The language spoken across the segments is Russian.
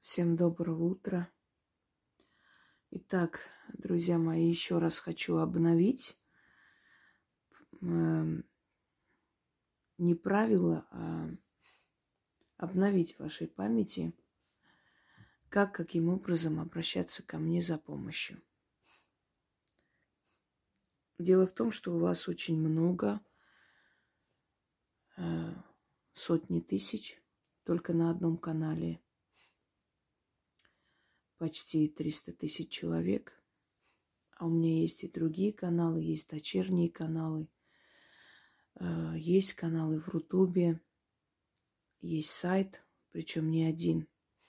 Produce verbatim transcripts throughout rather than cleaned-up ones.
Всем доброго утра. Итак, друзья мои, еще раз хочу обновить э, не правила, а обновить в вашей памяти, как, каким образом обращаться ко мне за помощью. Дело в том, что у вас очень много, э, сотни тысяч только на одном канале. Почти триста тысяч человек. А у меня есть и другие каналы, есть дочерние каналы. Есть каналы в Рутубе, есть сайт, причем не один.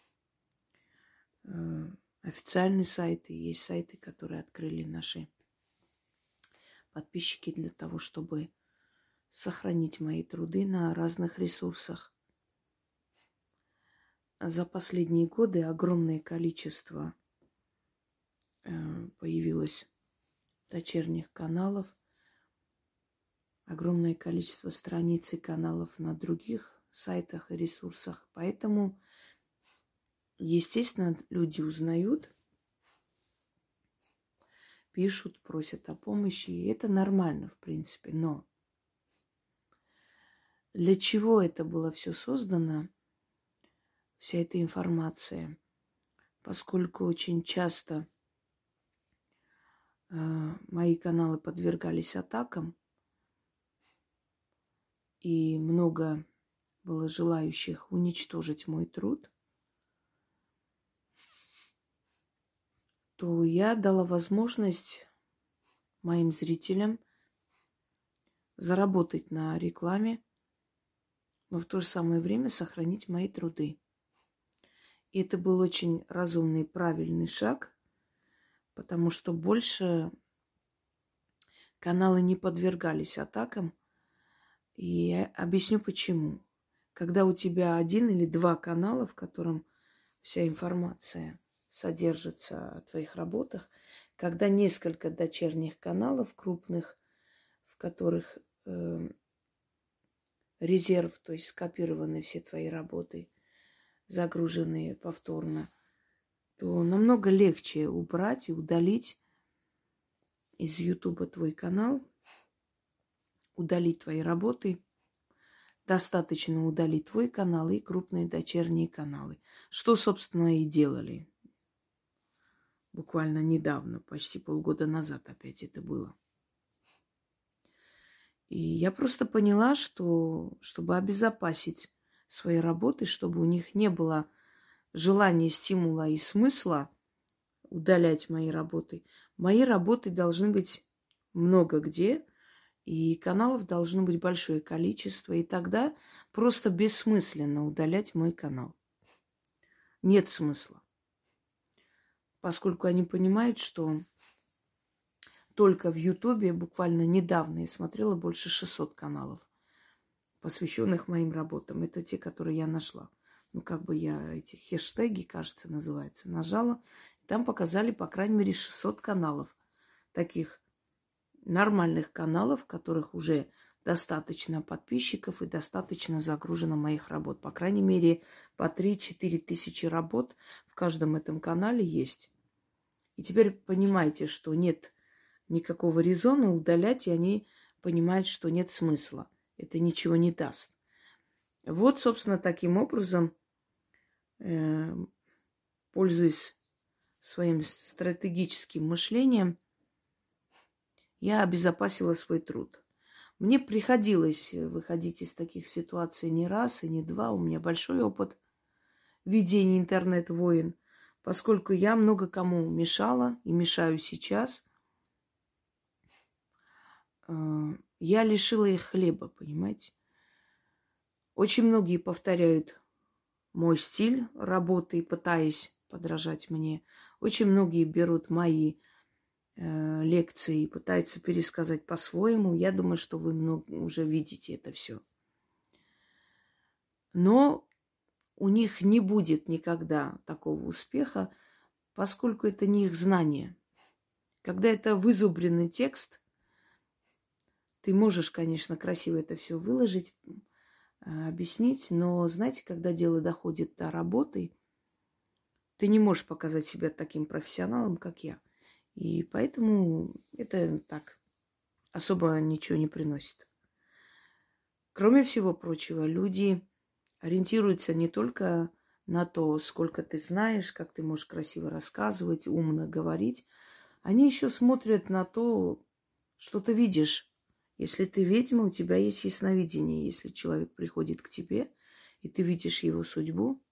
Официальные сайты, есть сайты, которые открыли наши подписчики для того, чтобы сохранить мои труды на разных ресурсах. За последние годы огромное количество появилось дочерних каналов, огромное количество страниц и каналов на других сайтах и ресурсах. Поэтому, естественно, люди узнают, пишут, просят о помощи. И это нормально, в принципе. Но для чего это было все создано, вся эта информация? Поскольку очень часто э, мои каналы подвергались атакам, и много было желающих уничтожить мой труд, то я дала возможность моим зрителям заработать на рекламе, но в то же самое время сохранить мои труды. И это был очень разумный, правильный шаг, потому что больше каналы не подвергались атакам. И я объясню почему. Когда у тебя один или два канала, в котором вся информация содержится о твоих работах, когда несколько дочерних каналов крупных, в которых э, резерв, то есть скопированы все твои работы, загруженные повторно, то намного легче убрать и удалить из Ютуба твой канал, удалить твои работы. Достаточно удалить твой канал и крупные дочерние каналы. Что, собственно, и делали. Буквально недавно, почти полгода назад опять это было. И я просто поняла, что чтобы обезопасить свои работы, чтобы у них не было желания, стимула и смысла удалять мои работы, мои работы должны быть много где, и каналов должно быть большое количество, и тогда просто бессмысленно удалять мой канал. Нет смысла. Поскольку они понимают, что только в Ютубе буквально недавно я смотрела больше шестисот каналов, посвященных моим работам. Это те, которые я нашла. Ну, как бы я эти хэштеги, кажется, называется, нажала. И там показали, по крайней мере, шестьсот каналов. Таких нормальных каналов, в которых уже достаточно подписчиков и достаточно загружено моих работ. По крайней мере, по три-четыре тысячи работ в каждом этом канале есть. И теперь понимаете, что нет никакого резона удалять, и они понимают, что нет смысла. Это ничего не даст. Вот, собственно, таким образом, э, пользуясь своим стратегическим мышлением, я обезопасила свой труд. Мне приходилось выходить из таких ситуаций не раз и не два. У меня большой опыт ведения интернет-войн, поскольку я много кому мешала и мешаю сейчас. Я лишила их хлеба, понимаете? Очень многие повторяют мой стиль работы, пытаясь подражать мне. Очень многие берут мои э, лекции и пытаются пересказать по-своему. Я думаю, что вы много, уже видите это все. Но у них не будет никогда такого успеха, поскольку это не их знание. Когда это вызубренный текст, ты можешь, конечно, красиво это все выложить, объяснить, но, знаете, когда дело доходит до работы, ты не можешь показать себя таким профессионалом, как я. И поэтому это так особо ничего не приносит. Кроме всего прочего, люди ориентируются не только на то, сколько ты знаешь, как ты можешь красиво рассказывать, умно говорить. Они еще смотрят на то, что ты видишь. Если ты ведьма, у тебя есть ясновидение. Если человек приходит к тебе, и ты видишь его судьбу,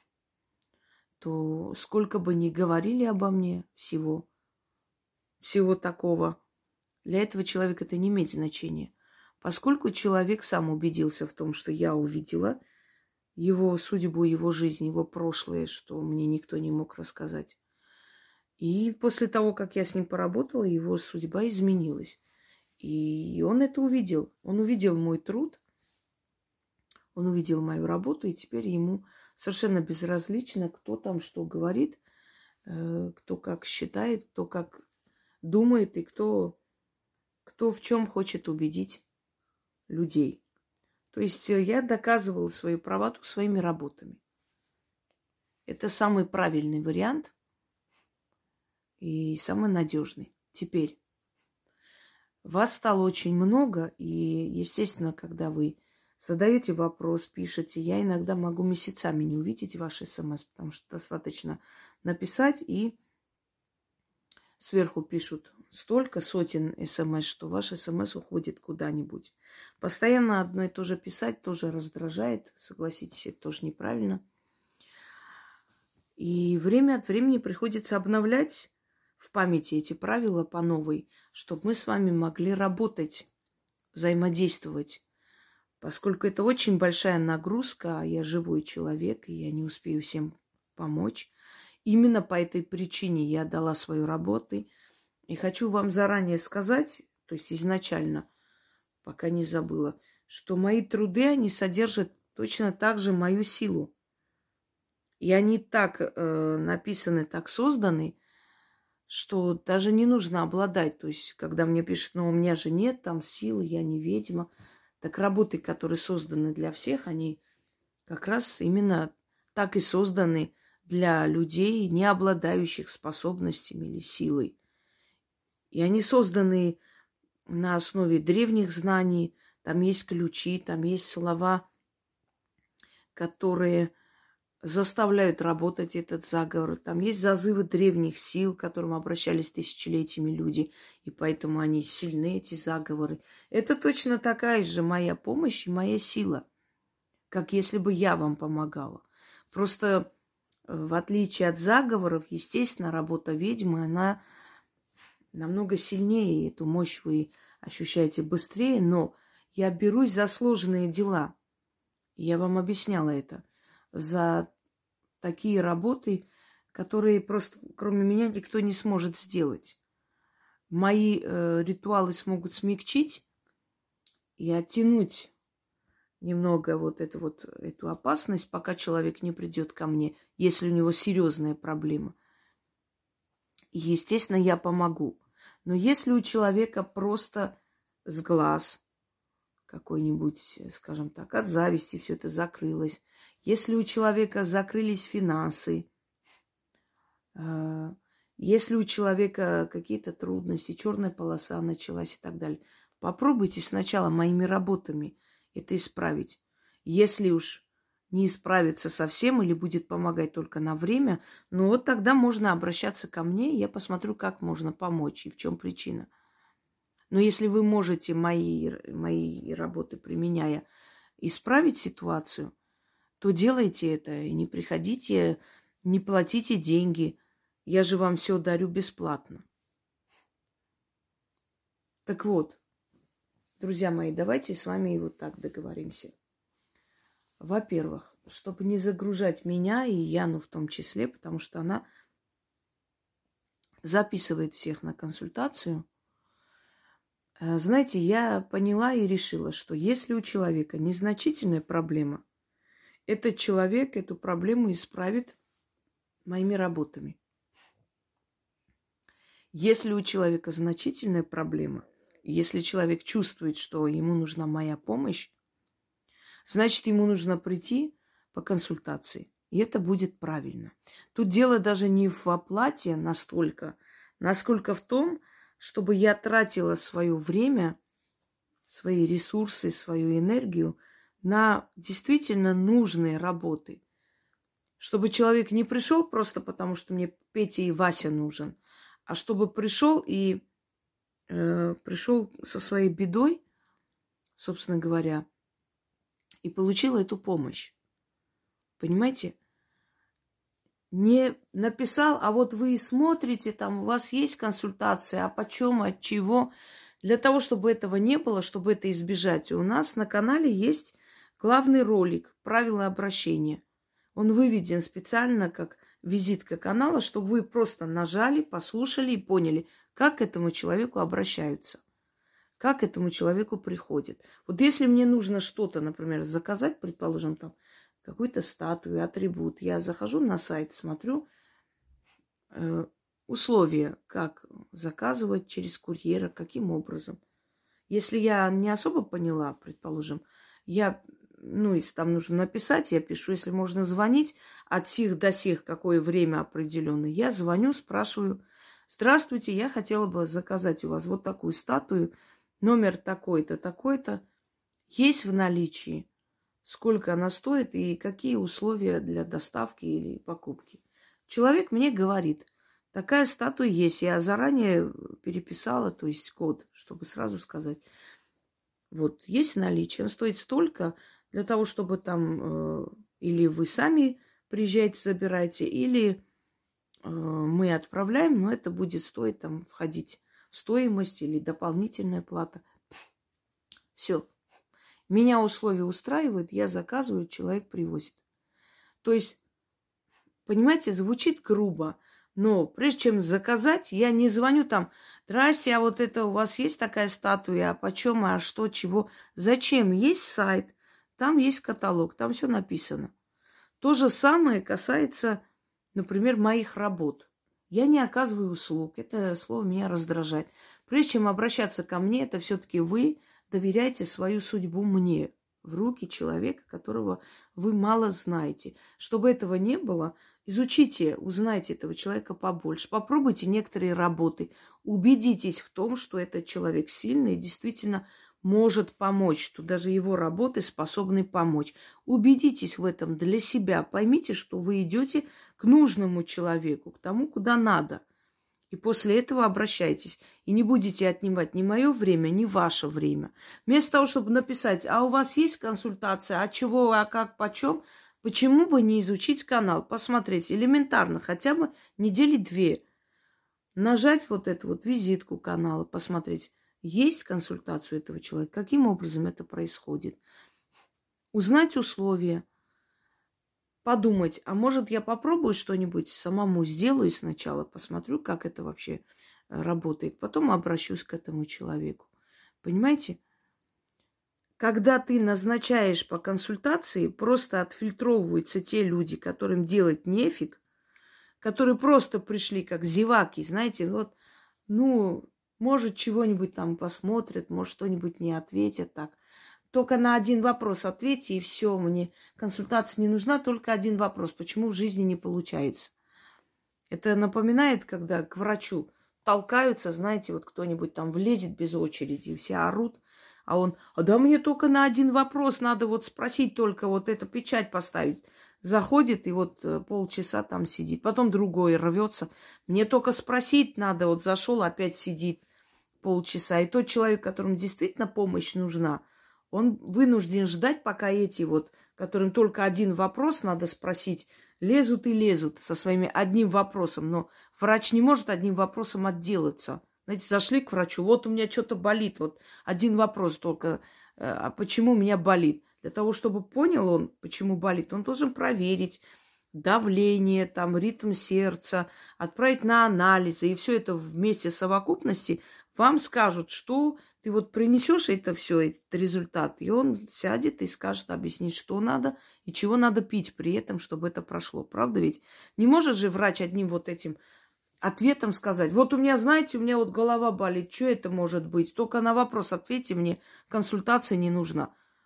то сколько бы ни говорили обо мне всего, всего такого, для этого человека это не имеет значения. Поскольку человек сам убедился в том, что я увидела его судьбу, его жизнь, его прошлое, что мне никто не мог рассказать. И после того, как я с ним поработала, его судьба изменилась. И он это увидел. Он увидел мой труд, он увидел мою работу, и теперь ему совершенно безразлично, кто там что говорит, кто как считает, кто как думает и кто, кто в чем хочет убедить людей. То есть я доказывала свою правоту своими работами. Это самый правильный вариант и самый надежный. Теперь вас стало очень много, и, естественно, когда вы задаете вопрос, пишете, я иногда могу месяцами не увидеть ваш смс, потому что достаточно написать, и сверху пишут столько сотен смс, что ваш смс уходит куда-нибудь. Постоянно одно и то же писать тоже раздражает, согласитесь, это тоже неправильно. И время от времени приходится обновлять в памяти эти правила по новой, чтобы мы с вами могли работать, взаимодействовать. Поскольку это очень большая нагрузка, а я живой человек, и я не успею всем помочь. Именно по этой причине я дала свою работу. И хочу вам заранее сказать, то есть изначально, пока не забыла, что мои труды, они содержат точно так же мою силу. И они так э, написаны, так созданы, что даже не нужно обладать. То есть, когда мне пишут, ну, у меня же нет там силы, я не ведьма. Так работы, которые созданы для всех, они как раз именно так и созданы для людей, не обладающих способностями или силой. И они созданы на основе древних знаний. Там есть ключи, там есть слова, которые заставляют работать этот заговор. Там есть зазывы древних сил, к которым обращались тысячелетиями люди, и поэтому они сильны, эти заговоры. Это точно такая же моя помощь и моя сила, как если бы я вам помогала. Просто в отличие от заговоров, естественно, работа ведьмы, она намного сильнее, и эту мощь вы ощущаете быстрее, но я берусь за сложные дела. Я вам объясняла это. За такие работы, которые просто кроме меня никто не сможет сделать. Мои э, ритуалы смогут смягчить и оттянуть немного вот эту вот эту опасность, пока человек не придет ко мне, если у него серьезная проблема. И, естественно, я помогу. Но если у человека просто с глаз какой-нибудь, скажем так, от зависти все это закрылось, если у человека закрылись финансы, если у человека какие-то трудности, черная полоса началась и так далее, попробуйте сначала моими работами это исправить. Если уж не исправится совсем или будет помогать только на время, ну вот тогда можно обращаться ко мне, и я посмотрю, как можно помочь и в чем причина. Но если вы можете мои, мои работы, применяя, исправить ситуацию, то делайте это и не приходите, не платите деньги. Я же вам все дарю бесплатно. Так вот, друзья мои, давайте с вами вот так договоримся. Во-первых, чтобы не загружать меня и Яну в том числе, потому что она записывает всех на консультацию. Знаете, я поняла и решила, что если у человека незначительная проблема, этот человек эту проблему исправит моими работами. Если у человека значительная проблема, если человек чувствует, что ему нужна моя помощь, значит, ему нужно прийти по консультации. И это будет правильно. Тут дело даже не в оплате настолько, насколько в том, чтобы я тратила свое время, свои ресурсы, свою энергию на действительно нужные работы. Чтобы человек не пришел просто потому, что мне Петя и Вася нужен, а чтобы пришел и э, пришел со своей бедой, собственно говоря, и получил эту помощь. Понимаете? Не написал, а вот вы смотрите, там у вас есть консультация, а почем, от чего. Для того, чтобы этого не было, чтобы это избежать, у нас на канале есть главный ролик «Правила обращения». Он выведен специально как визитка канала, чтобы вы просто нажали, послушали и поняли, как к этому человеку обращаются, как к этому человеку приходит. Вот если мне нужно что-то, например, заказать, предположим, там, какую-то статую, атрибут. Я захожу на сайт, смотрю э, условия, как заказывать через курьера, каким образом. Если я не особо поняла, предположим, я, ну, если там нужно написать, я пишу, если можно звонить от сих до сих, какое время определенное, я звоню, спрашиваю: здравствуйте, я хотела бы заказать у вас вот такую статую, номер такой-то, такой-то, есть в наличии? Сколько она стоит и какие условия для доставки или покупки. Человек мне говорит: такая статуя есть. Я заранее переписала, то есть код, чтобы сразу сказать. Вот, есть наличие, он стоит столько, для того, чтобы там э, или вы сами приезжаете, забираете, или э, мы отправляем, но это будет стоить там входить в стоимость или дополнительная плата. Все. Меня условия устраивают, я заказываю, человек привозит. То есть, понимаете, звучит грубо, но прежде чем заказать, я не звоню там: здрасте, а вот это у вас есть такая статуя, а почем, а что, чего. Зачем? Есть сайт, там есть каталог, там все написано. То же самое касается, например, моих работ. Я не оказываю услуг, это слово меня раздражает. Прежде чем обращаться ко мне, это все-таки вы доверяйте свою судьбу мне, в руки человека, которого вы мало знаете. Чтобы этого не было, изучите, узнайте этого человека побольше, попробуйте некоторые работы, убедитесь в том, что этот человек сильный и действительно может помочь, что даже его работы способны помочь. Убедитесь в этом для себя, поймите, что вы идете к нужному человеку, к тому, куда надо. И после этого обращайтесь. И не будете отнимать ни мое время, ни ваше время. Вместо того, чтобы написать: а у вас есть консультация, а чего, а как, почем, почему бы не изучить канал, посмотреть элементарно, хотя бы недели две. Нажать вот эту вот визитку канала, посмотреть, есть консультация у этого человека, каким образом это происходит. Узнать условия. Подумать, а может, я попробую что-нибудь самому сделаю сначала, посмотрю, как это вообще работает. Потом обращусь к этому человеку. Понимаете? Когда ты назначаешь по консультации, просто отфильтровываются те люди, которым делать нефиг, которые просто пришли как зеваки, знаете, вот, ну, может, чего-нибудь там посмотрят, может, что-нибудь не ответят так. Только на один вопрос ответьте, и все, мне консультация не нужна, только один вопрос: почему в жизни не получается? Это напоминает, когда к врачу толкаются, знаете, вот кто-нибудь там влезет без очереди, и все орут, а он: а да мне только на один вопрос надо вот спросить, только вот эту печать поставить. Заходит и вот полчаса там сидит, потом другой рвется: мне только спросить надо, вот зашел, опять сидит полчаса. И тот человек, которому действительно помощь нужна, он вынужден ждать, пока эти вот, которым только один вопрос надо спросить, лезут и лезут со своими одним вопросом. Но врач не может одним вопросом отделаться. Знаете, зашли к врачу: вот у меня что-то болит, вот один вопрос только: а почему у меня болит? Для того, чтобы понял он, почему болит, он должен проверить давление, там, ритм сердца, отправить на анализы. И все это вместе в совокупности вам скажут, что ты вот принесешь это все, этот результат, и он сядет и скажет, объяснит, что надо и чего надо пить при этом, чтобы это прошло. Правда ведь? Не может же врач одним вот этим ответом сказать: вот у меня, знаете, у меня вот голова болит, что это может быть? Только на вопрос ответьте мне, консультация не нужна.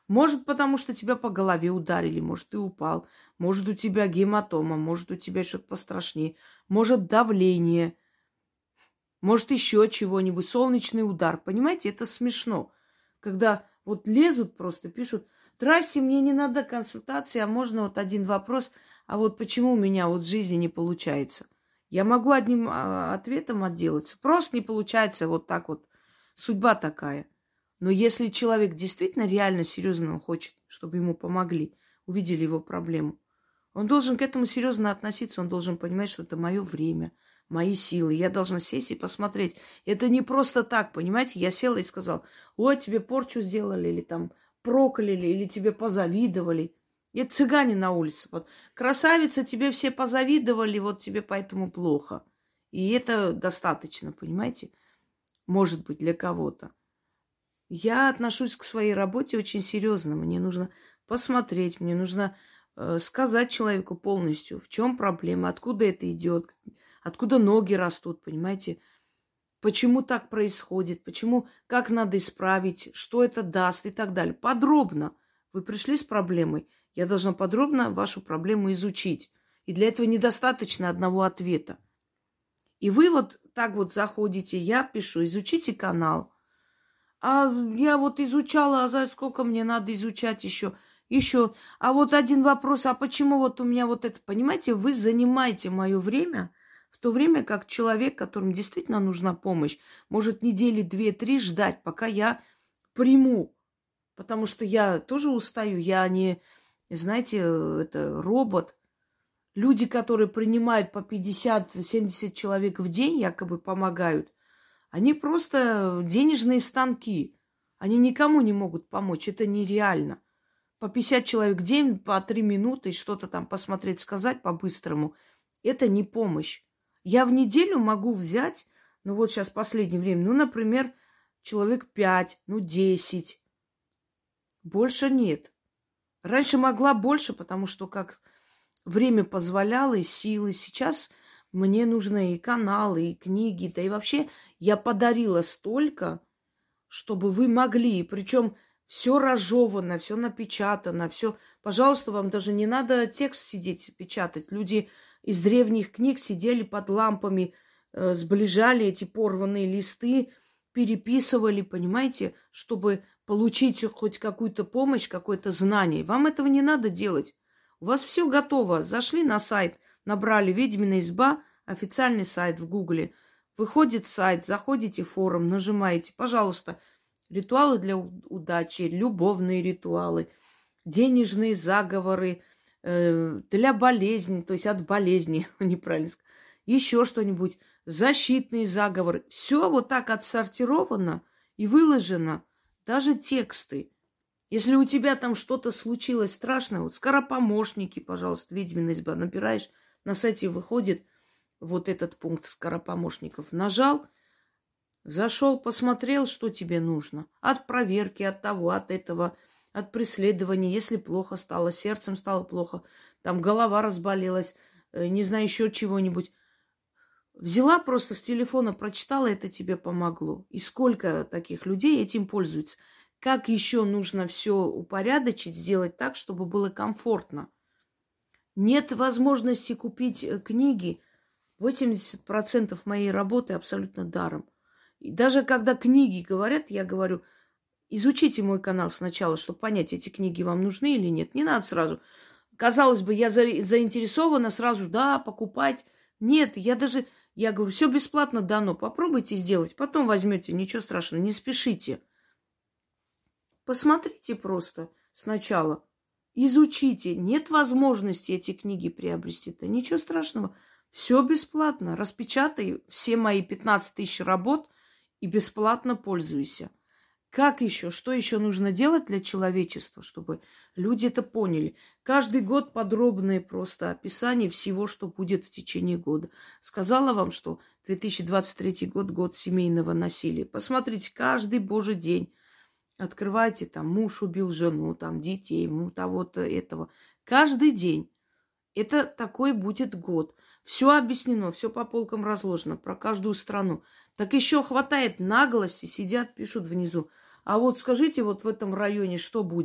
Может, потому что тебя по голове ударили, может, ты упал, может, у тебя гематома, может, у тебя что-то пострашнее, может, давление, может, еще чего-нибудь, солнечный удар. Понимаете, это смешно, когда вот лезут просто, пишут: здрасте, мне не надо консультации, а можно вот один вопрос, а вот почему у меня вот в жизни не получается? Я могу одним а, ответом отделаться. Просто не получается вот так вот. Судьба такая. Но если человек действительно реально серьезно хочет, чтобы ему помогли, увидели его проблему, он должен к этому серьезно относиться, он должен понимать, что это мое время, мои силы. Я должна сесть и посмотреть. Это не просто так, понимаете? Я села и сказала: ой, тебе порчу сделали, или там прокляли, или тебе позавидовали. Это цыгане на улице. Вот, красавица, тебе все позавидовали, вот тебе поэтому плохо. И это достаточно, понимаете? Может быть, для кого-то. Я отношусь к своей работе очень серьезно. Мне нужно посмотреть, мне нужно э, сказать человеку полностью, в чем проблема, откуда это идет, откуда ноги растут, понимаете? Почему так происходит, почему, как надо исправить, что это даст и так далее. Подробно. Вы пришли с проблемой, я должна подробно вашу проблему изучить. И для этого недостаточно одного ответа. И вы вот так вот заходите, я пишу: изучите канал. А я вот изучала, а за сколько мне надо изучать еще? Еще. А вот один вопрос: а почему вот у меня вот это? Понимаете, вы занимаете мое время, в то время как человек, которому действительно нужна помощь, может недели две-три ждать, пока я приму. Потому что я тоже устаю, я не, знаете, это робот. Люди, которые принимают по пятьдесят-семьдесят человек в день, якобы помогают, они просто денежные станки. Они никому не могут помочь. Это нереально. По пятьдесят человек в день, по три минуты, что-то там посмотреть, сказать по-быстрому. Это не помощь. Я в неделю могу взять, ну вот сейчас в последнее время, ну, например, человек пять, ну, десять. Больше нет. Раньше могла больше, потому что как время позволяло, и силы. Сейчас мне нужны и каналы, и книги, да и вообще я подарила столько, чтобы вы могли. Причем все разжевано, все напечатано, все. Пожалуйста, вам даже не надо текст сидеть печатать. Люди из древних книг сидели под лампами, э, сближали эти порванные листы, переписывали, понимаете, чтобы получить хоть какую-то помощь, какое-то знание. Вам этого не надо делать. У вас все готово. Зашли на сайт, набрали «Ведьмина изба», официальный сайт в Гугле. Выходит сайт, заходите в форум, нажимаете. Пожалуйста, ритуалы для удачи, любовные ритуалы, денежные заговоры, э, для болезни, то есть от болезни, неправильно сказать, еще что-нибудь, защитные заговоры. Все вот так отсортировано и выложено. Даже тексты. Если у тебя там что-то случилось страшное, вот скоропомощники, пожалуйста, «Ведьмина изба», набираешь, на сайте выходит вот этот пункт скоропомощников. Нажал, зашел, посмотрел, что тебе нужно. От проверки, от того, от этого, от преследования. Если плохо стало, сердцем стало плохо, там голова разболелась, не знаю, еще чего-нибудь. Взяла просто с телефона, прочитала, это тебе помогло. И сколько таких людей этим пользуются. Как еще нужно все упорядочить, сделать так, чтобы было комфортно. Нет возможности купить книги. восемьдесят процентов моей работы абсолютно даром. И даже когда книги говорят, я говорю: изучите мой канал сначала, чтобы понять, эти книги вам нужны или нет. Не надо сразу. Казалось бы, я заинтересована сразу, да, покупать. Нет, я даже, я говорю, все бесплатно дано. Попробуйте сделать, потом возьмете, ничего страшного, не спешите. Посмотрите просто сначала. Изучите. Нет возможности эти книги приобрести. Да ничего страшного. Все бесплатно. Распечатай все мои пятнадцать тысяч работ и бесплатно пользуйся. Как еще? Что еще нужно делать для человечества, чтобы люди это поняли? Каждый год подробное просто описание всего, что будет в течение года. Сказала вам, что две тысячи двадцать третий год – год семейного насилия. Посмотрите, каждый божий день. Открывайте, там, муж убил жену, там, детей, ему того-то, этого. Каждый день. Это такой будет год. Все объяснено, все по полкам разложено, про каждую страну. Так еще хватает наглости, сидят, пишут внизу. А вот скажите, вот в этом районе что будет?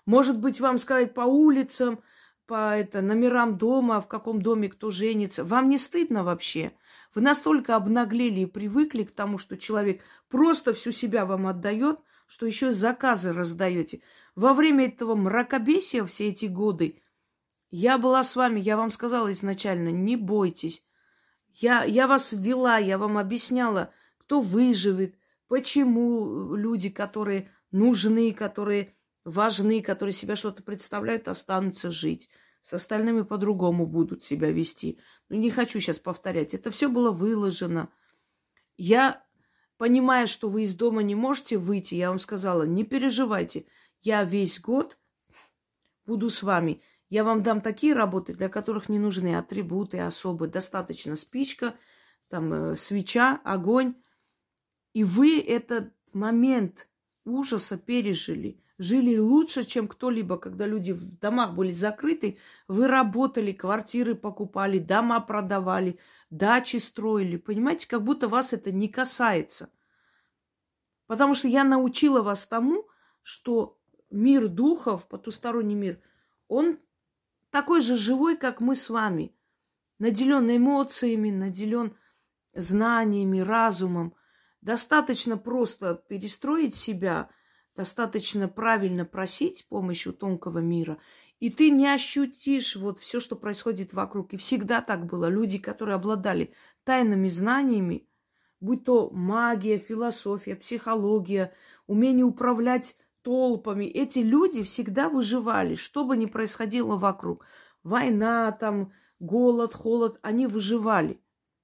Может быть, вам сказать по улицам, по это, номерам дома, в каком доме кто женится. Вам не стыдно вообще? Вы настолько обнаглели и привыкли к тому, что человек просто всю себя вам отдает, что еще и заказы раздаете. Во время этого мракобесия все эти годы я была с вами, я вам сказала изначально, не бойтесь. Я, я вас ввела, я вам объясняла, кто выживет, почему люди, которые нужны, которые важны, которые себя что-то представляют, останутся жить. С остальными по-другому будут себя вести. Ну, не хочу сейчас повторять. Это все было выложено. Я, понимая, что вы из дома не можете выйти, я вам сказала, не переживайте. Я весь год буду с вами. Я вам дам такие работы, для которых не нужны атрибуты особые. Достаточно спичка, там, э, свеча, огонь. И вы этот момент ужаса пережили. Жили лучше, чем кто-либо, когда люди в домах были закрыты. Вы работали, квартиры покупали, дома продавали, дачи строили. Понимаете, как будто вас это не касается. Потому что я научила вас тому, что мир духов, потусторонний мир, он такой же живой, как мы с вами. Наделен эмоциями, наделен знаниями, разумом. Достаточно просто перестроить себя, достаточно правильно просить помощи у тонкого мира, и ты не ощутишь вот все, что происходит вокруг. И всегда так было. Люди, которые обладали тайными знаниями, будь то магия, философия, психология, умение управлять толпами, эти люди всегда выживали, что бы ни происходило вокруг. Война, там, голод, холод, они выживали.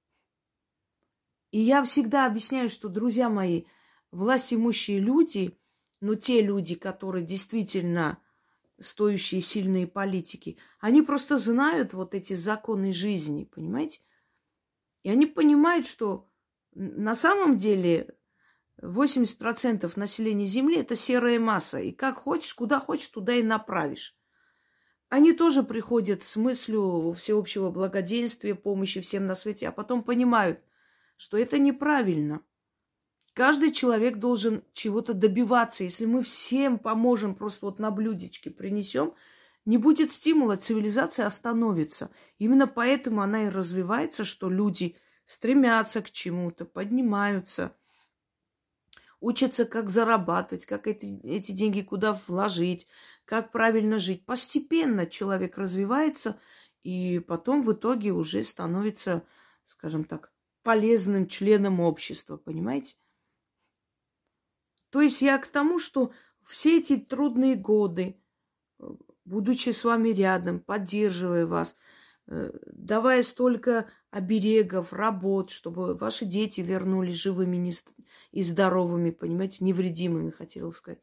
И я всегда объясняю, что, друзья мои, власть имущие люди, но те люди, которые действительно стоящие сильные политики, они просто знают вот эти законы жизни, понимаете? И они понимают, что на самом деле восемьдесят процентов населения Земли – это серая масса. И как хочешь, куда хочешь, туда и направишь. Они тоже приходят с мыслью всеобщего благоденствия, помощи всем на свете, а потом понимают, что это неправильно. Каждый человек должен чего-то добиваться. Если мы всем поможем, просто вот на блюдечке принесем, не будет стимула, цивилизация остановится. Именно поэтому она и развивается, что люди стремятся к чему-то, поднимаются, учатся, как зарабатывать, как эти, эти деньги куда вложить, как правильно жить. Постепенно человек развивается, и потом в итоге уже становится, скажем так, полезным членом общества, понимаете? То есть я к тому, что все эти трудные годы, будучи с вами рядом, поддерживая вас, давая столько оберегов, работ, чтобы ваши дети вернулись живыми и здоровыми, понимаете, невредимыми, хотела сказать.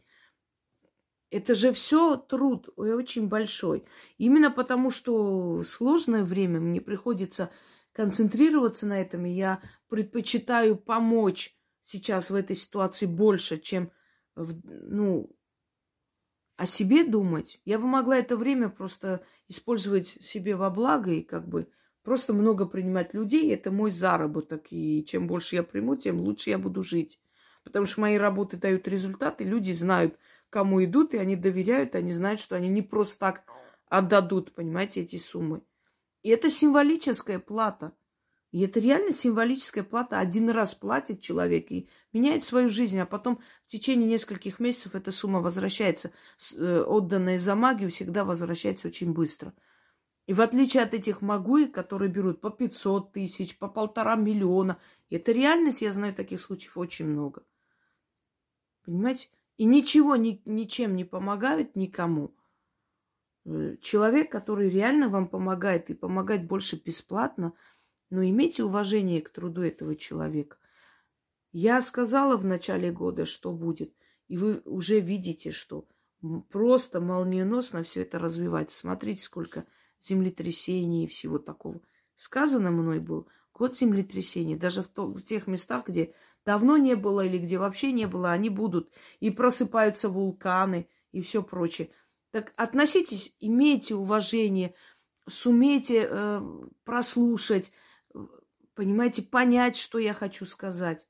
Это же все труд и очень большой. Именно потому, что сложное время, мне приходится концентрироваться на этом, и я предпочитаю помочь сейчас в этой ситуации больше, чем, ну, о себе думать. Я бы могла это время просто использовать себе во благо и как бы просто много принимать людей. Это мой заработок. И чем больше я приму, тем лучше я буду жить. Потому что мои работы дают результаты, люди знают, кому идут, и они доверяют, они знают, что они не просто так отдадут, понимаете, эти суммы. И это символическая плата. И это реально символическая плата. Один раз платит человек и меняет свою жизнь, а потом в течение нескольких месяцев эта сумма возвращается. Отданная за магию всегда возвращается очень быстро. И в отличие от этих магуек, которые берут по пятьсот тысяч, по полтора миллиона, это реальность, я знаю таких случаев очень много. Понимаете? И ничего, ни, ничем не помогают никому. Человек, который реально вам помогает и помогает больше бесплатно, но имейте уважение к труду этого человека. Я сказала в начале года, что будет, и вы уже видите, что просто молниеносно все это развивается. Смотрите, сколько землетрясений и всего такого. Сказано мной был год землетрясений. Даже в, то, в тех местах, где давно не было или где вообще не было, они будут. И просыпаются вулканы и все прочее. Так относитесь, имейте уважение, сумейте э, прослушать, понимаете, понять, что я хочу сказать.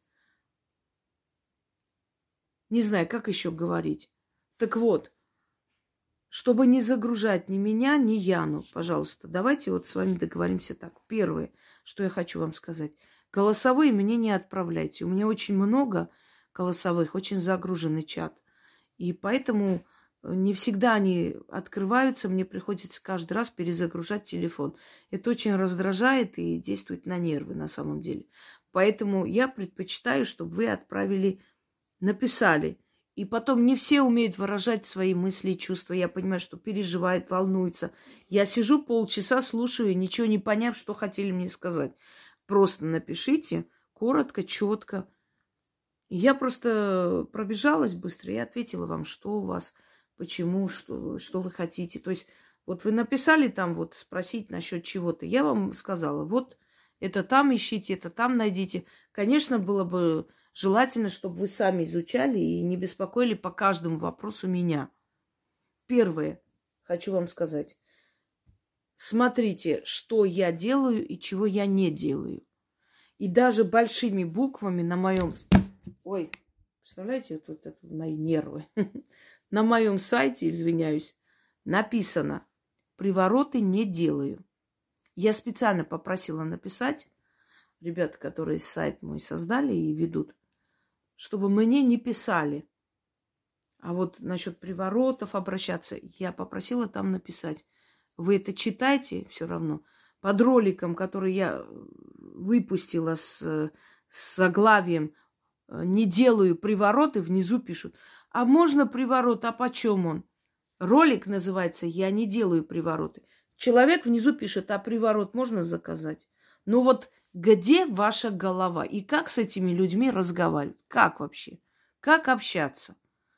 Не знаю, как еще говорить. Так вот, чтобы не загружать ни меня, ни Яну, пожалуйста, давайте вот с вами договоримся так. Первое, что я хочу вам сказать. Голосовые мне не отправляйте. У меня очень много голосовых, очень загруженный чат. И поэтому не всегда они открываются. Мне приходится каждый раз перезагружать телефон. Это очень раздражает и действует на нервы на самом деле. Поэтому я предпочитаю, чтобы вы отправили, написали. И потом не все умеют выражать свои мысли и чувства. Я понимаю, что переживают, волнуются. Я сижу полчаса, слушаю, ничего не поняв, что хотели мне сказать. Просто напишите коротко, четко. Я просто пробежалась быстро и ответила вам, что у вас, почему, что, что вы хотите. То есть вот вы написали там, вот спросить насчет чего-то. Я вам сказала, вот это там ищите, это там найдите. Конечно, было бы желательно, чтобы вы сами изучали и не беспокоили по каждому вопросу меня. Первое, хочу вам сказать. Смотрите, что я делаю и чего я не делаю. И даже большими буквами на моем... Ой, представляете, вот это мои нервы. На моем сайте, извиняюсь, написано: привороты не делаю. Я специально попросила написать, ребята, которые сайт мой создали и ведут, чтобы мне не писали. А вот насчет приворотов обращаться, я попросила там написать. Вы это читайте все равно. Под роликом, который я выпустила с, с заглавием «Не делаю привороты», внизу пишут: а можно приворот, а почем он? Ролик называется «Я не делаю привороты». Человек внизу пишет: а приворот можно заказать? Ну вот где ваша голова? И как с этими людьми разговаривать? Как вообще? Как общаться?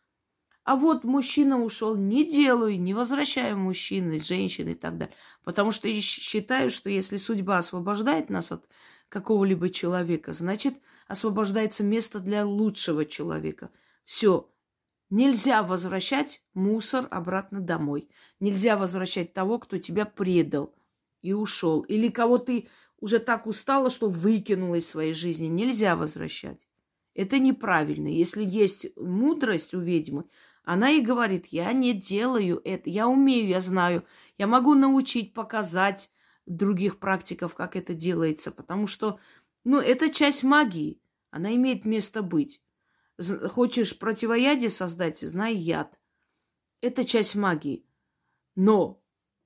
А вот мужчина ушел, не делаю, не возвращаю мужчины, женщины и так далее. Потому что я считаю, что если судьба освобождает нас от какого-либо человека, значит, освобождается место для лучшего человека. Все. Нельзя возвращать мусор обратно домой. Нельзя возвращать того, кто тебя предал и ушел. Или кого ты уже так устала, что выкинула из своей жизни. Нельзя возвращать. Это неправильно. Если есть мудрость у ведьмы, она и говорит: я не делаю это, я умею, я знаю, я могу научить, показать других практиков, как это делается, потому что, ну, это часть магии, она имеет место быть. Хочешь противоядие создать, знай яд. Это часть магии. Но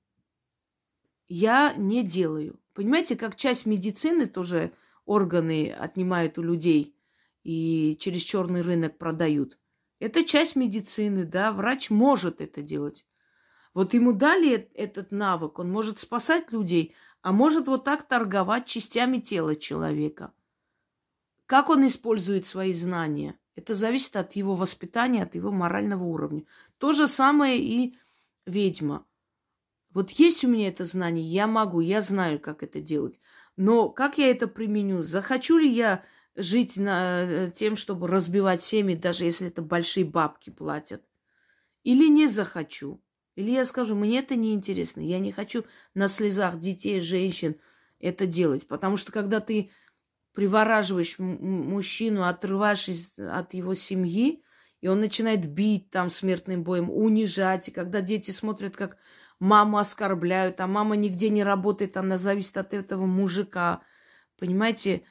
я не делаю. Понимаете, как часть медицины тоже органы отнимают у людей и через черный рынок продают. Это часть медицины, да, врач может это делать. Вот ему дали этот навык, он может спасать людей, а может вот так торговать частями тела человека. Как он использует свои знания? Это зависит от его воспитания, от его морального уровня. То же самое и ведьма. Вот есть у меня это знание, я могу, я знаю, как это делать. Но как я это применю? Захочу ли я жить на, тем, чтобы разбивать семьи, даже если это большие бабки платят? Или не захочу? Или я скажу: мне это неинтересно, я не хочу на слезах детей, женщин это делать. Потому что когда ты привораживаешь мужчину, отрываешь из, от его семьи, и он начинает бить там смертным боем, унижать, и когда дети смотрят, как маму оскорбляют, а мама нигде не работает, она зависит от этого мужика, понимаете?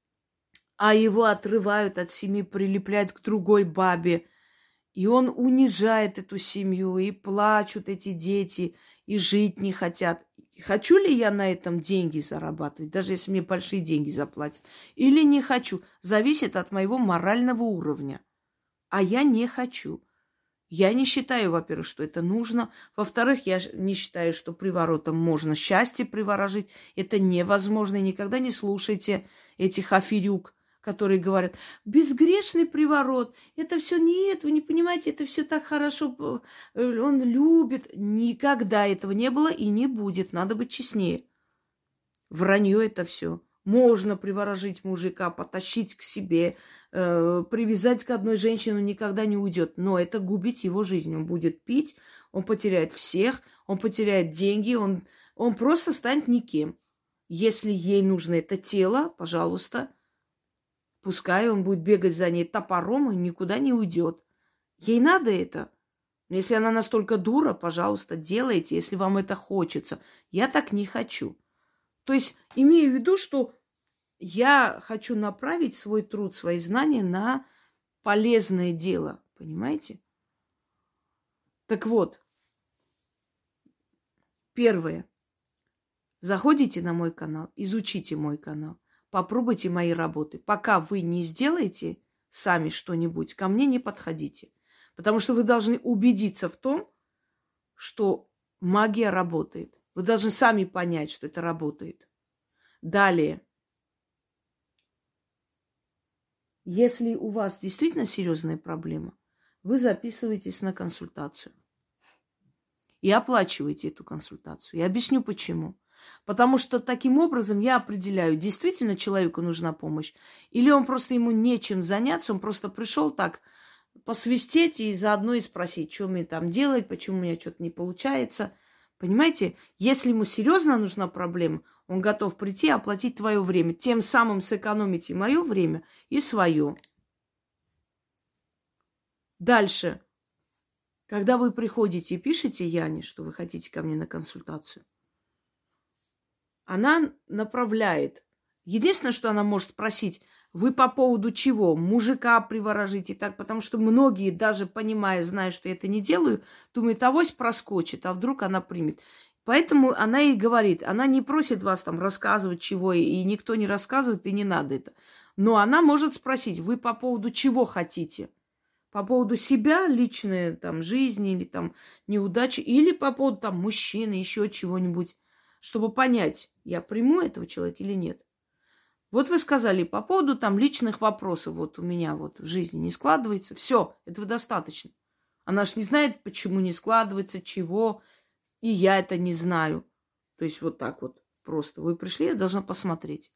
А его отрывают от семьи, прилепляют к другой бабе. И он унижает эту семью, и плачут эти дети, и жить не хотят. Хочу ли я на этом деньги зарабатывать, даже если мне большие деньги заплатят? Или не хочу? Зависит от моего морального уровня. А я не хочу. Я не считаю, во-первых, что это нужно. Во-вторых, я не считаю, что приворотом можно счастье приворожить. Это невозможно. И никогда не слушайте этих аферюк, которые говорят: безгрешный приворот, это все нет, вы не понимаете, это все так хорошо, он любит. Никогда этого не было и не будет, надо быть честнее. Вранье это все. Можно приворожить мужика, потащить к себе, э, привязать к одной женщине, он никогда не уйдет. Но это губит его жизнь. Он будет пить, он потеряет всех, он потеряет деньги, он, он просто станет никем. Если ей нужно это тело, пожалуйста, пускай он будет бегать за ней топором и никуда не уйдет. Ей надо это. Но если она настолько дура, пожалуйста, делайте, если вам это хочется. Я так не хочу. То есть имею в виду, что я хочу направить свой труд, свои знания на полезное дело. Понимаете? Так вот, первое. Заходите на мой канал, изучите мой канал, попробуйте мои работы. Пока вы не сделаете сами что-нибудь, ко мне не подходите. Потому что вы должны убедиться в том, что магия работает. Вы должны сами понять, что это работает. Далее. Если у вас действительно серьезная проблема, вы записываетесь на консультацию. И оплачиваете эту консультацию. Я объясню почему. Потому что таким образом я определяю, действительно человеку нужна помощь, или он просто ему нечем заняться, он просто пришел так посвистеть и заодно и спросить, что мне там делать, почему у меня что-то не получается. Понимаете, если ему серьезно нужна проблема, он готов прийти и оплатить твое время. Тем самым сэкономите мое время и свое. Дальше. Когда вы приходите и пишете Яне, что вы хотите ко мне на консультацию, она направляет. Единственное, что она может спросить, вы по поводу чего? Мужика приворожите так, потому что многие, даже понимая, зная, что я это не делаю, думают, авось проскочит, а вдруг она примет. Поэтому она и говорит, она не просит вас там рассказывать чего, и никто не рассказывает, и не надо это. Но она может спросить, вы по поводу чего хотите? По поводу себя, личной там, жизни или там неудачи, или по поводу там мужчины, еще чего-нибудь, чтобы понять, я приму этого человека или нет. Вот вы сказали по поводу там личных вопросов, вот у меня вот в жизни не складывается. Все, этого достаточно. Она ж не знает, почему не складывается, чего, и я это не знаю. То есть вот так вот просто. Вы пришли, я должна посмотреть.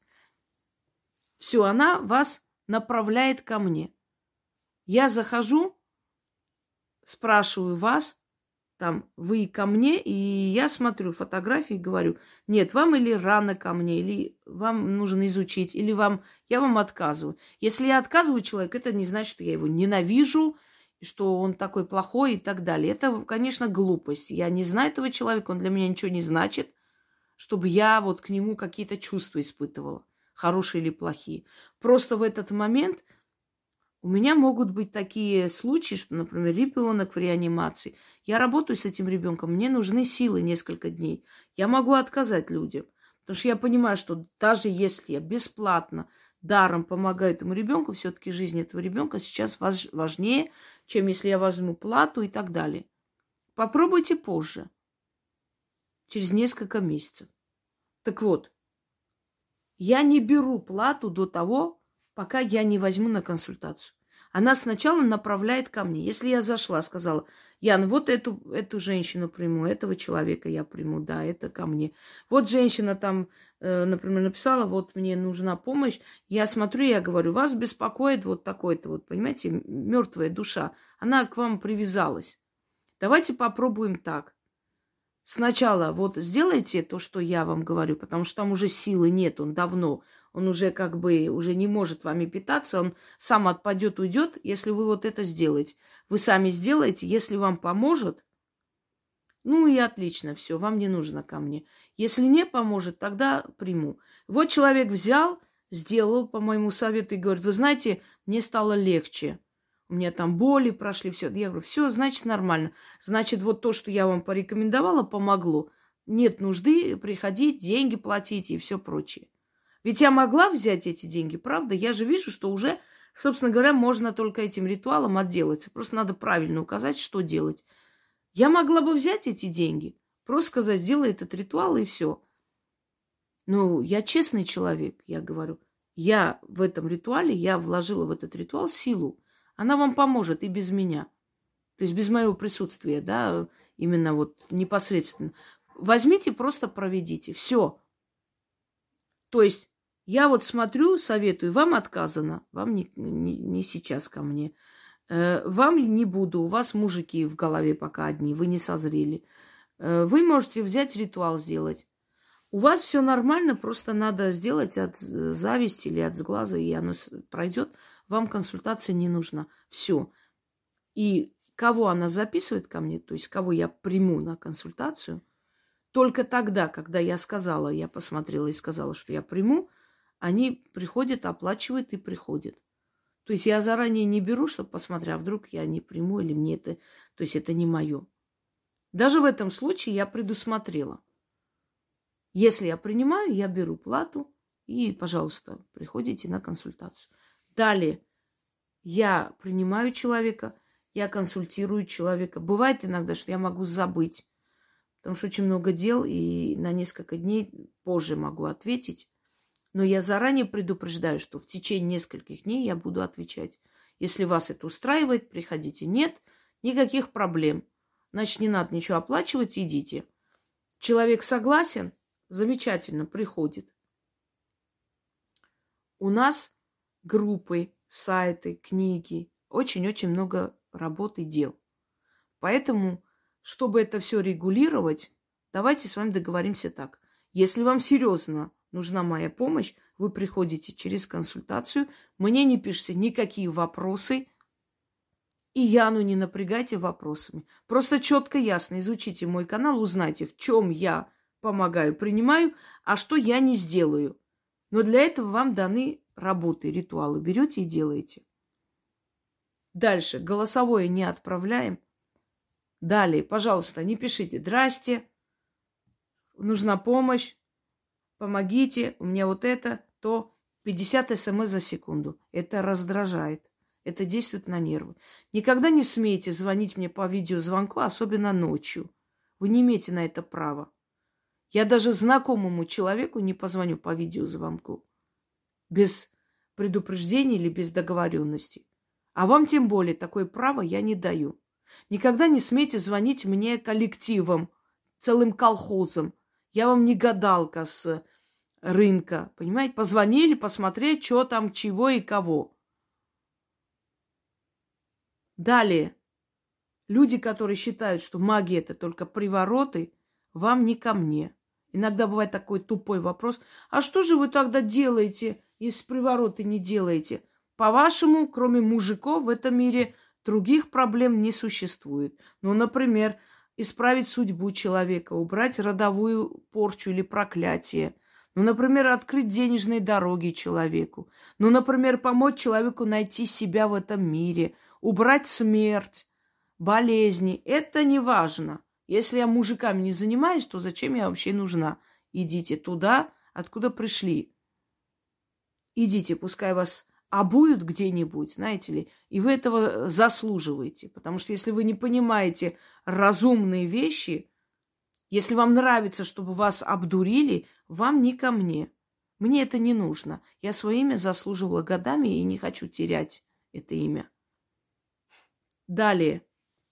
Все, она вас направляет ко мне. Я захожу, спрашиваю вас, там, вы ко мне, и я смотрю фотографии и говорю, нет, вам или рано ко мне, или вам нужно изучить, или вам, я вам отказываю. Если я отказываю человеку, это не значит, что я его ненавижу, что он такой плохой и так далее. Это, конечно, глупость. Я не знаю этого человека, он для меня ничего не значит, чтобы я вот к нему какие-то чувства испытывала, хорошие или плохие. Просто в этот момент у меня могут быть такие случаи, что, например, ребенок в реанимации. Я работаю с этим ребенком, мне нужны силы несколько дней. Я могу отказать людям, потому что я понимаю, что даже если я бесплатно, даром помогаю этому ребенку, все-таки жизнь этого ребенка сейчас важнее, чем если я возьму плату и так далее. Попробуйте позже, через несколько месяцев. Так вот, я не беру плату до того, пока я не возьму на консультацию. Она сначала направляет ко мне. Если я зашла, сказала, Ян, вот эту, эту женщину приму, этого человека я приму, да, это ко мне. Вот женщина там, э, например, написала, вот мне нужна помощь. Я смотрю, я говорю, вас беспокоит вот такой-то, вот, понимаете, мертвая душа. Она к вам привязалась. Давайте попробуем так. Сначала вот сделайте то, что я вам говорю, потому что там уже силы нет, он давно, он уже как бы уже не может вами питаться, он сам отпадет, уйдет, если вы вот это сделаете. Вы сами сделаете, если вам поможет, ну и отлично, все, вам не нужно ко мне. Если не поможет, тогда приму. Вот человек взял, сделал по моему совету и говорит, вы знаете, мне стало легче. У меня там боли прошли, все. Я говорю, все, значит, нормально. Значит, вот то, что я вам порекомендовала, помогло. Нет нужды приходить, деньги платить и все прочее. Ведь я могла взять эти деньги, правда? Я же вижу, что уже, собственно говоря, можно только этим ритуалом отделаться. Просто надо правильно указать, что делать. Я могла бы взять эти деньги, просто сказать, сделай этот ритуал и все. Ну, я честный человек, я говорю. Я в этом ритуале, я вложила в этот ритуал силу. Она вам поможет и без меня. То есть без моего присутствия, да, именно вот непосредственно. Возьмите, просто проведите. Все. То есть я вот смотрю, советую, вам отказано, вам не, не, не сейчас ко мне. Э, вам не буду, у вас мужики в голове пока одни, вы не созрели. Э, вы можете взять ритуал сделать. У вас все нормально, просто надо сделать от зависти или от сглаза, и оно пройдет. Вам консультация не нужна. Все. И кого она записывает ко мне, то есть кого я приму на консультацию, только тогда, когда я сказала, я посмотрела и сказала, что я приму, они приходят, оплачивают и приходят. То есть я заранее не беру, чтобы посмотреть, а вдруг я не приму или мне это... То есть это не мое. Даже в этом случае я предусмотрела. Если я принимаю, я беру плату и, пожалуйста, приходите на консультацию. Далее я принимаю человека, я консультирую человека. Бывает иногда, что я могу забыть, потому что очень много дел, и на несколько дней позже могу ответить. Но я заранее предупреждаю, что в течение нескольких дней я буду отвечать. Если вас это устраивает, приходите. Нет, никаких проблем. Значит, не надо ничего оплачивать, идите. Человек согласен, замечательно, приходит. У нас группы, сайты, книги, очень-очень много работы и дел. Поэтому, чтобы это все регулировать, давайте с вами договоримся так. Если вам серьезно нужна моя помощь, вы приходите через консультацию, мне не пишите никакие вопросы, и Яну не напрягайте вопросами. Просто четко, ясно изучите мой канал, узнайте, в чем я помогаю, принимаю, а что я не сделаю. Но для этого вам даны работы, ритуалы. Берете и делаете. Дальше. Голосовое не отправляем. Далее, пожалуйста, не пишите «Здрасте», «Нужна помощь», «Помогите», «У меня вот это», то пятьдесят смс за секунду. Это раздражает. Это действует на нервы. Никогда не смейте звонить мне по видеозвонку, особенно ночью. Вы не имеете на это права. Я даже знакомому человеку не позвоню по видеозвонку. Без предупреждения или без договоренности. А вам тем более такое право я не даю. Никогда не смейте звонить мне коллективом, целым колхозом. Я вам не гадалка с рынка. Понимаете? Позвонили посмотреть, что там, чего и кого. Далее. Люди, которые считают, что магия это только привороты, вам не ко мне. Иногда бывает такой тупой вопрос. А что же вы тогда делаете, если привороты не делаете? По-вашему, кроме мужиков в этом мире других проблем не существует. Ну, например, исправить судьбу человека, убрать родовую порчу или проклятие. Ну, например, открыть денежные дороги человеку. Ну, например, помочь человеку найти себя в этом мире, убрать смерть, болезни. Это не важно. Если я мужиками не занимаюсь, то зачем я вообще нужна? Идите туда, откуда пришли. Идите, пускай вас обуют где-нибудь, знаете ли, и вы этого заслуживаете. Потому что если вы не понимаете разумные вещи, если вам нравится, чтобы вас обдурили, вам не ко мне. Мне это не нужно. Я свое имя заслуживала годами и не хочу терять это имя. Далее.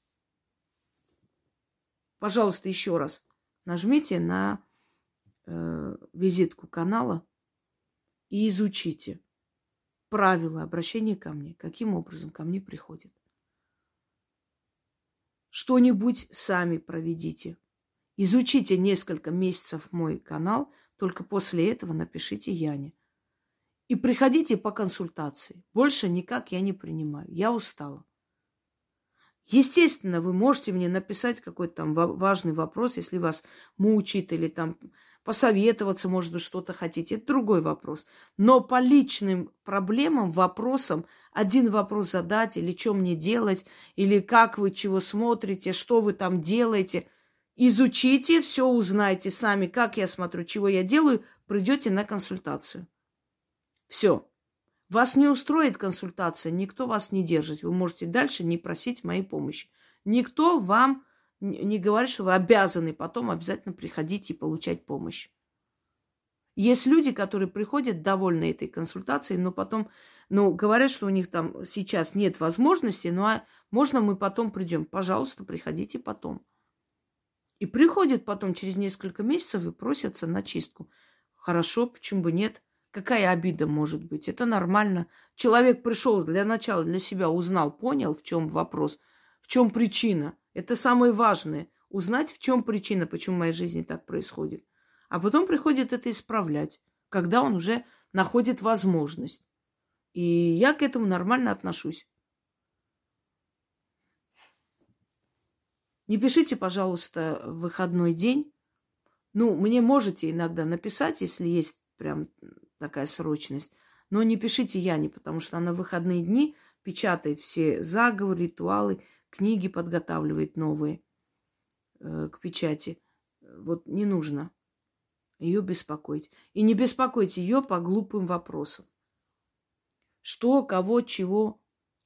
Пожалуйста, еще раз нажмите на э, визитку канала и изучите правила обращения ко мне. Каким образом ко мне приходят. Что-нибудь сами проведите. Изучите несколько месяцев мой канал, только после этого напишите Яне. И приходите по консультации. Больше никак я не принимаю. Я устала. Естественно, вы можете мне написать какой-то там важный вопрос, если вас мучает или там посоветоваться, может быть, что-то хотите. Это другой вопрос. Но по личным проблемам, вопросам, один вопрос задать, или что мне делать, или как вы чего смотрите, что вы там делаете, изучите, все узнайте сами, как я смотрю, чего я делаю, придете на консультацию. Все. Вас не устроит консультация, никто вас не держит. Вы можете дальше не просить моей помощи. Никто вам не говорит, что вы обязаны потом обязательно приходить и получать помощь. Есть люди, которые приходят довольны этой консультацией, но потом, ну, говорят, что у них там сейчас нет возможности, ну, а можно мы потом придем? Пожалуйста, приходите потом. И приходят потом через несколько месяцев и просятся на чистку. Хорошо, почему бы нет? Какая обида может быть? Это нормально. Человек пришел для начала, для себя узнал, понял, в чем вопрос, в чем причина. Это самое важное. Узнать, в чем причина, почему в моей жизни так происходит. А потом приходит это исправлять, когда он уже находит возможность. И я к этому нормально отношусь. Не пишите, пожалуйста, в выходной день. Ну, мне можете иногда написать, если есть прям такая срочность. Но не пишите Яне, потому что она в выходные дни печатает все заговоры, ритуалы, книги подготавливает новые э, к печати. Вот не нужно ее беспокоить. И не беспокойте ее по глупым вопросам. Что, кого, чего.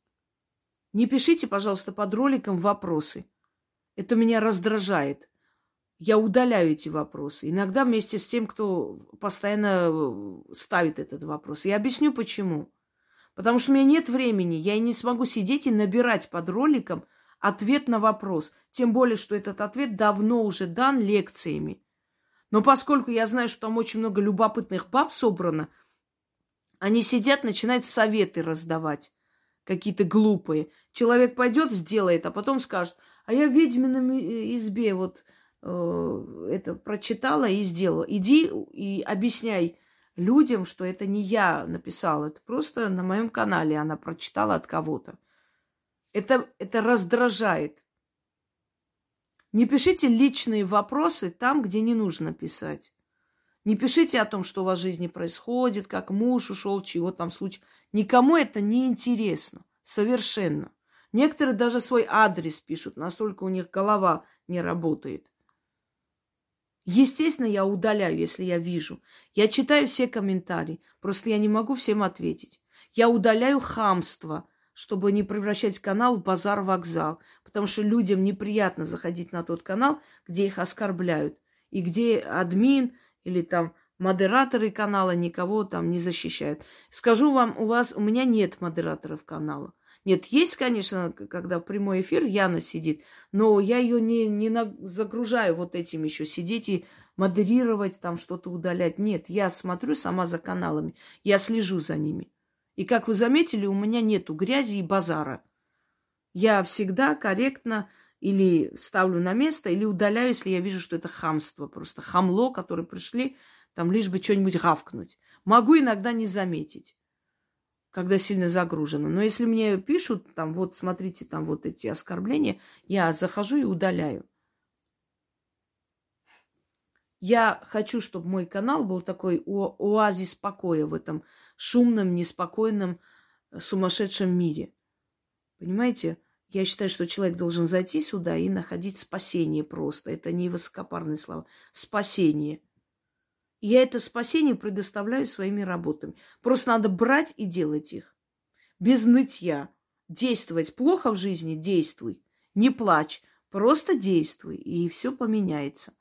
Не пишите, пожалуйста, под роликом вопросы. Это меня раздражает. Я удаляю эти вопросы. Иногда вместе с тем, кто постоянно ставит этот вопрос. Я объясню, почему. Потому что у меня нет времени. Я и не смогу сидеть и набирать под роликом ответ на вопрос. Тем более, что этот ответ давно уже дан лекциями. Но поскольку я знаю, что там очень много любопытных баб собрано, они сидят, начинают советы раздавать. Какие-то глупые. Человек пойдет, сделает, а потом скажет, а я в ведьмином избе вот э, это прочитала и сделала. Иди и объясняй людям, что это не я написала, это просто на моем канале она прочитала от кого-то. Это, это раздражает. Не пишите личные вопросы там, где не нужно писать. Не пишите о том, что у вас в жизни происходит, как муж ушел, чего там случай. Никому это не интересно. Совершенно. Некоторые даже свой адрес пишут, настолько у них голова не работает. Естественно, я удаляю, если я вижу. Я читаю все комментарии, просто я не могу всем ответить. Я удаляю хамство, чтобы не превращать канал в базар-вокзал, потому что людям неприятно заходить на тот канал, где их оскорбляют, и где админ или там модераторы канала никого там не защищают. Скажу вам, у вас, у меня нет модераторов канала. Нет, есть, конечно, когда в прямой эфир Яна сидит, но я ее не, не на, загружаю вот этим еще сидеть и модерировать, там что-то удалять. Нет, я смотрю сама за каналами, я слежу за ними. И как вы заметили, у меня нету грязи и базара. Я всегда корректно или ставлю на место, или удаляю, если я вижу, что это хамство. Просто хамло, которые пришли, там лишь бы что-нибудь гавкнуть. Могу иногда не заметить, когда сильно загружено. Но если мне пишут, там, вот, смотрите, там вот эти оскорбления, я захожу и удаляю. Я хочу, чтобы мой канал был такой о- оазис покоя в этом шумном, неспокойном, сумасшедшем мире. Понимаете? Я считаю, что человек должен зайти сюда и находить спасение просто. Это не высокопарные слова. Спасение. И я это спасение предоставляю своими работами. Просто надо брать и делать их. Без нытья. Действовать плохо в жизни – действуй. Не плачь. Просто действуй. И все поменяется.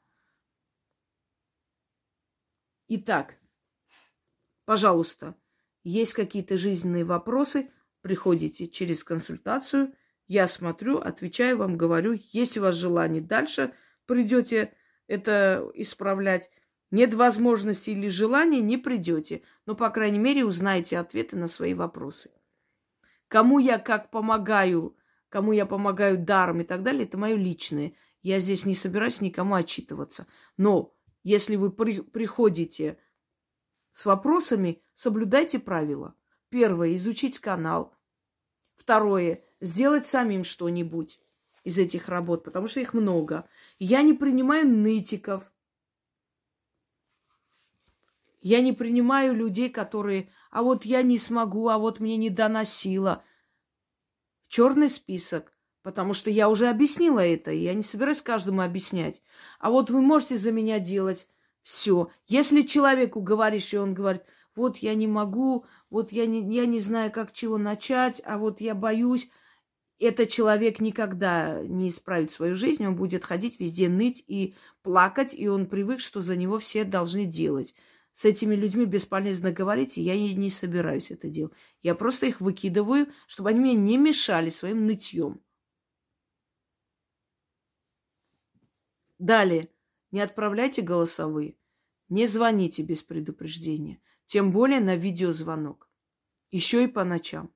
Итак, пожалуйста, есть какие-то жизненные вопросы, приходите через консультацию, я смотрю, отвечаю вам, говорю, есть у вас желание дальше, придете это исправлять, нет возможности или желания, не придете, но, по крайней мере, узнаете ответы на свои вопросы. Кому я как помогаю, кому я помогаю даром и так далее, это мое личное. Я здесь не собираюсь никому отчитываться, но если вы при, приходите с вопросами, соблюдайте правила. Первое – изучить канал. Второе – сделать самим что-нибудь из этих работ, потому что их много. Я не принимаю нытиков. Я не принимаю людей, которые, а вот я не смогу, а вот мне не дана сила. В черный список. Потому что я уже объяснила это, и я не собираюсь каждому объяснять. А вот вы можете за меня делать все. Если человеку говоришь, и он говорит, вот я не могу, вот я не, я не знаю, как чего начать, а вот я боюсь, этот человек никогда не исправит свою жизнь, он будет ходить везде, ныть и плакать, и он привык, что за него все должны делать. С этими людьми бесполезно говорить, и я не собираюсь это делать. Я просто их выкидываю, чтобы они мне не мешали своим нытьем. Далее, не отправляйте голосовые, не звоните без предупреждения, тем более на видеозвонок, еще и по ночам.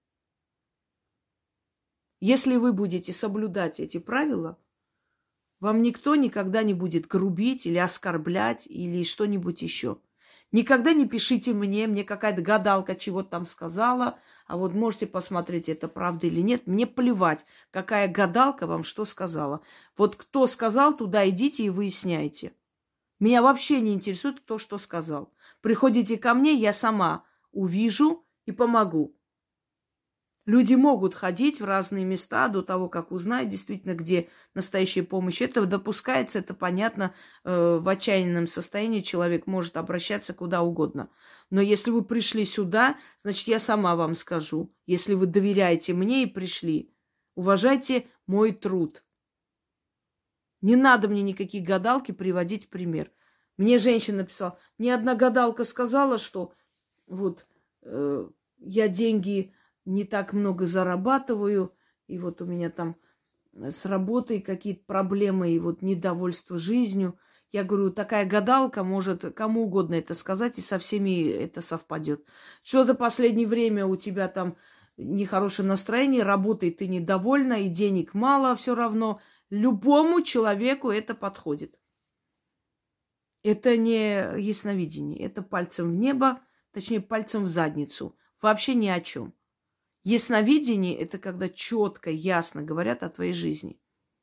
Если вы будете соблюдать эти правила, вам никто никогда не будет грубить или оскорблять или что-нибудь еще. Никогда не пишите мне, мне какая-то гадалка чего-то там сказала, А вот можете посмотреть, это правда или нет. Мне плевать, какая гадалка вам что сказала. Вот кто сказал, туда идите и выясняйте. Меня вообще не интересует, кто что сказал. Приходите ко мне, я сама увижу и помогу. Люди могут ходить в разные места до того, как узнают действительно, где настоящая помощь. Это допускается, это понятно. Э, в отчаянном состоянии человек может обращаться куда угодно. Но если вы пришли сюда, значит, я сама вам скажу. Если вы доверяете мне и пришли, уважайте мой труд. Не надо мне никакие гадалки приводить в пример. Мне женщина написала, мне одна гадалка сказала, что вот э, я деньги не так много зарабатываю, и вот у меня там с работой какие-то проблемы, и вот недовольство жизнью. Я говорю, такая гадалка может кому угодно это сказать, и со всеми это совпадет. Что-то в последнее время у тебя там нехорошее настроение, работой ты недовольна, и денег мало все равно. Любому человеку это подходит. Это не ясновидение, это пальцем в небо, точнее пальцем в задницу. Вообще ни о чем. Ясновидение – это когда четко, ясно говорят о твоей жизни.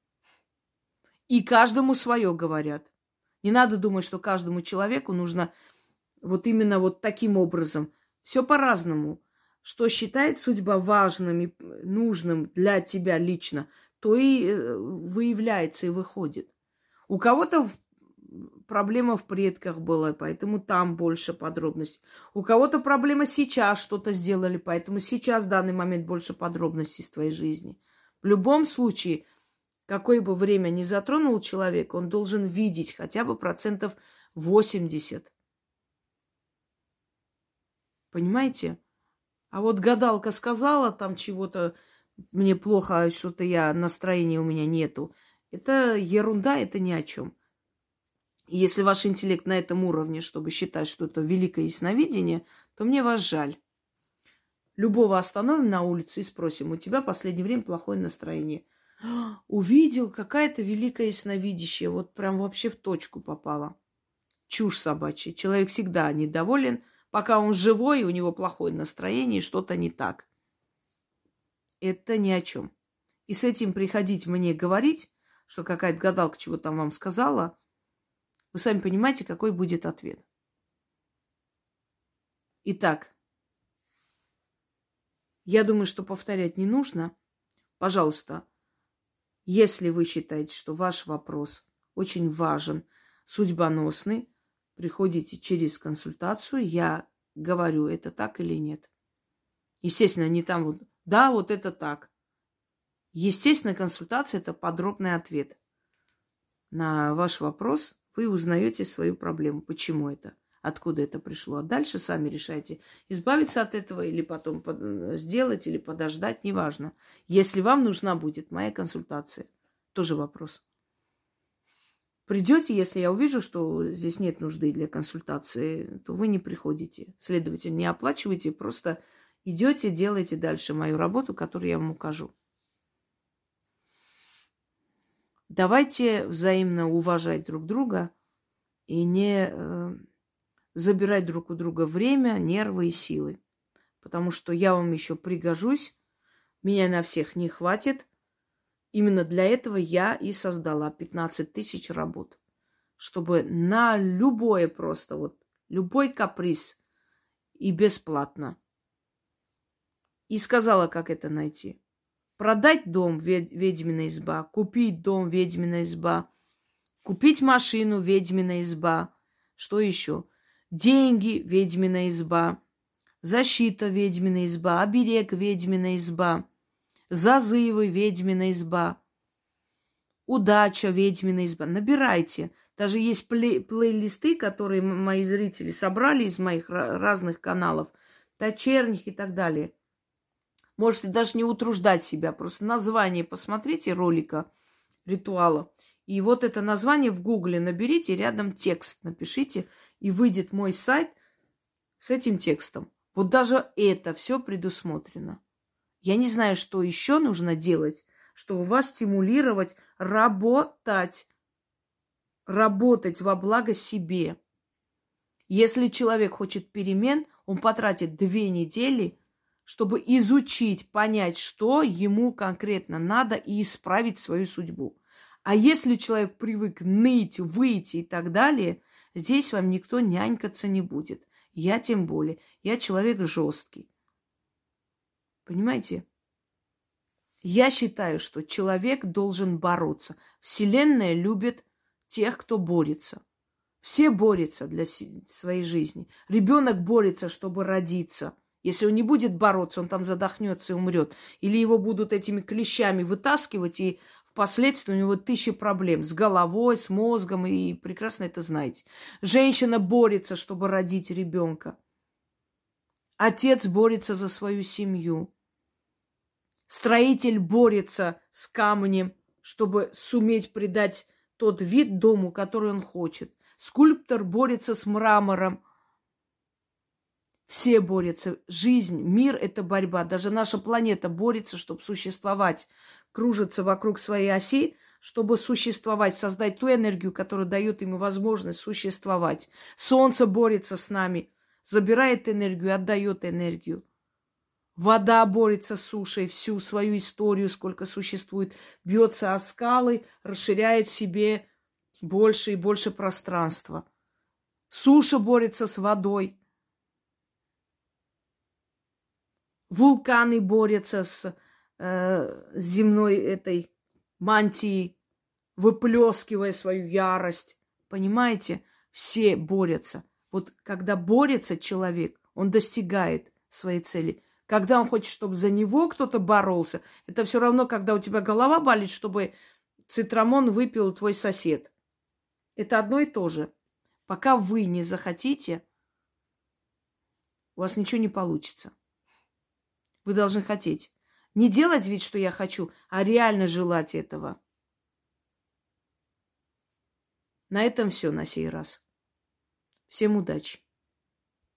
И каждому свое говорят. Не надо думать, что каждому человеку нужно вот именно вот таким образом. Все по-разному. Что считает судьба важным и нужным для тебя лично, то и выявляется и выходит. У кого-то проблема в предках была, поэтому там больше подробностей. У кого-то проблема сейчас что-то сделали, поэтому сейчас в данный момент больше подробностей из твоей жизни. В любом случае, какое бы время ни затронул человек, он должен видеть хотя бы процентов восемьдесят. Понимаете? А вот гадалка сказала там чего-то, мне плохо, что-то я, настроения у меня нету. Это ерунда, это ни о чем. И если ваш интеллект на этом уровне, чтобы считать, что это великое ясновидение, то мне вас жаль. Любого остановим на улице и спросим, у тебя в последнее время плохое настроение. Увидел, какая-то великая ясновидящая, вот прям вообще в точку попала. Чушь собачья. Человек всегда недоволен, пока он живой, и у него плохое настроение, и что-то не так. Это ни о чем. И с этим приходить мне говорить, что какая-то гадалка чего там вам сказала, вы сами понимаете, какой будет ответ. Итак, я думаю, что повторять не нужно. Пожалуйста, если вы считаете, что ваш вопрос очень важен, судьбоносный, приходите через консультацию, я говорю, это так или нет. Естественно, не там вот, да, вот это так. Естественно, консультация – это подробный ответ на ваш вопрос. Вы узнаете свою проблему. Почему это? Откуда это пришло? А дальше сами решайте, избавиться от этого или потом под... сделать, или подождать, неважно. Если вам нужна будет моя консультация, тоже вопрос. Придете, если я увижу, что здесь нет нужды для консультации, то вы не приходите. Следовательно, не оплачивайте, просто идете, делаете дальше мою работу, которую я вам укажу. Давайте взаимно уважать друг друга и не э, забирать друг у друга время, нервы и силы. Потому что я вам еще пригожусь, меня на всех не хватит. Именно для этого я и создала пятнадцать тысяч работ. Чтобы на любое просто, вот любой каприз и бесплатно. И сказала, как это найти. Продать дом ведьмина изба, купить дом ведьмина изба, купить машину ведьмина изба. Что еще? Деньги ведьмина изба, защита ведьмина изба, оберег ведьмина изба, зазывы ведьмина изба, удача ведьмина изба. Набирайте. Даже есть плей- плейлисты, которые мои зрители собрали из моих разных каналов, дочерних и так далее. Можете даже не утруждать себя. Просто название посмотрите ролика, ритуала. И вот это название в гугле наберите, рядом текст напишите, и выйдет мой сайт с этим текстом. Вот даже это все предусмотрено. Я не знаю, что еще нужно делать, чтобы вас стимулировать работать. Работать во благо себе. Если человек хочет перемен, он потратит две недели чтобы изучить, понять, что ему конкретно надо, и исправить свою судьбу. А если человек привык ныть, выйти и так далее, здесь вам никто нянькаться не будет. Я тем более. Я человек жесткий. Понимаете? Я считаю, что человек должен бороться. Вселенная любит тех, кто борется. Все борются для своей жизни. Ребенок борется, чтобы родиться. Если он не будет бороться, он там задохнется и умрет. Или его будут этими клещами вытаскивать, и впоследствии у него тысячи проблем с головой, с мозгом, и прекрасно это знаете. Женщина борется, чтобы родить ребенка. Отец борется за свою семью. Строитель борется с камнем, чтобы суметь придать тот вид дому, который он хочет. Скульптор борется с мрамором. Все борются. Жизнь, мир – это борьба. Даже наша планета борется, чтобы существовать. Кружится вокруг своей оси, чтобы существовать, создать ту энергию, которая дает ему возможность существовать. Солнце борется с нами, забирает энергию, отдает энергию. Вода борется с сушей всю свою историю, сколько существует. Бьется о скалы, расширяет себе больше и больше пространства. Суша борется с водой. Вулканы борются с э, земной этой мантией, выплескивая свою ярость. Понимаете? Все борются. Вот когда борется человек, он достигает своей цели. Когда он хочет, чтобы за него кто-то боролся, это все равно, когда у тебя голова болит, чтобы цитрамон выпил твой сосед. Это одно и то же. Пока вы не захотите, у вас ничего не получится. Вы должны хотеть. Не делать вид, что я хочу, а реально желать этого. На этом все на сей раз. Всем удачи.